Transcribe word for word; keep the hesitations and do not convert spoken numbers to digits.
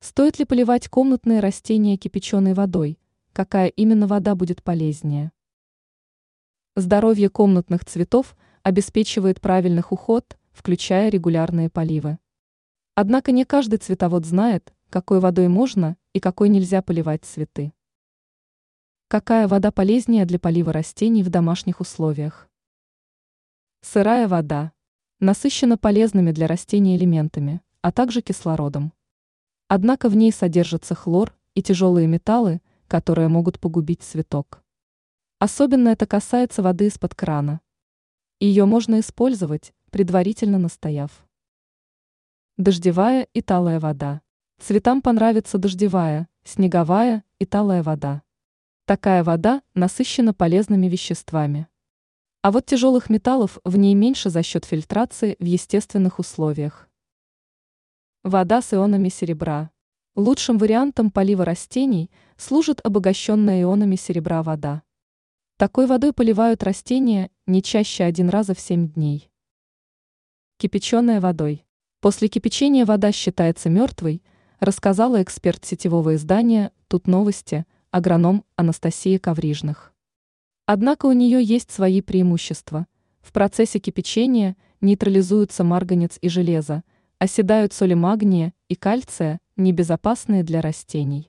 Стоит ли поливать комнатные растения кипяченой водой? Какая именно вода будет полезнее? Здоровье комнатных цветов обеспечивает правильный уход, включая регулярные поливы. Однако не каждый цветовод знает, какой водой можно и какой нельзя поливать цветы. Какая вода полезнее для полива растений в домашних условиях? Сырая вода насыщена полезными для растений элементами, а также кислородом. Однако в ней содержится хлор и тяжелые металлы, которые могут погубить цветок. Особенно это касается воды из-под крана. Ее можно использовать, предварительно настояв. Дождевая и талая вода. Цветам понравится дождевая, снеговая и талая вода. Такая вода насыщена полезными веществами. А вот тяжелых металлов в ней меньше за счет фильтрации в естественных условиях. Вода с ионами серебра. Лучшим вариантом полива растений служит обогащенная ионами серебра вода. Такой водой поливают растения не чаще один раза в семь дней. Кипяченая водой. После кипячения вода считается мертвой, рассказала эксперт сетевого издания «Тут новости», агроном Анастасия Коврижных. Однако у нее есть свои преимущества. В процессе кипячения нейтрализуются марганец и железо, оседают соли магния и кальция, небезопасные для растений.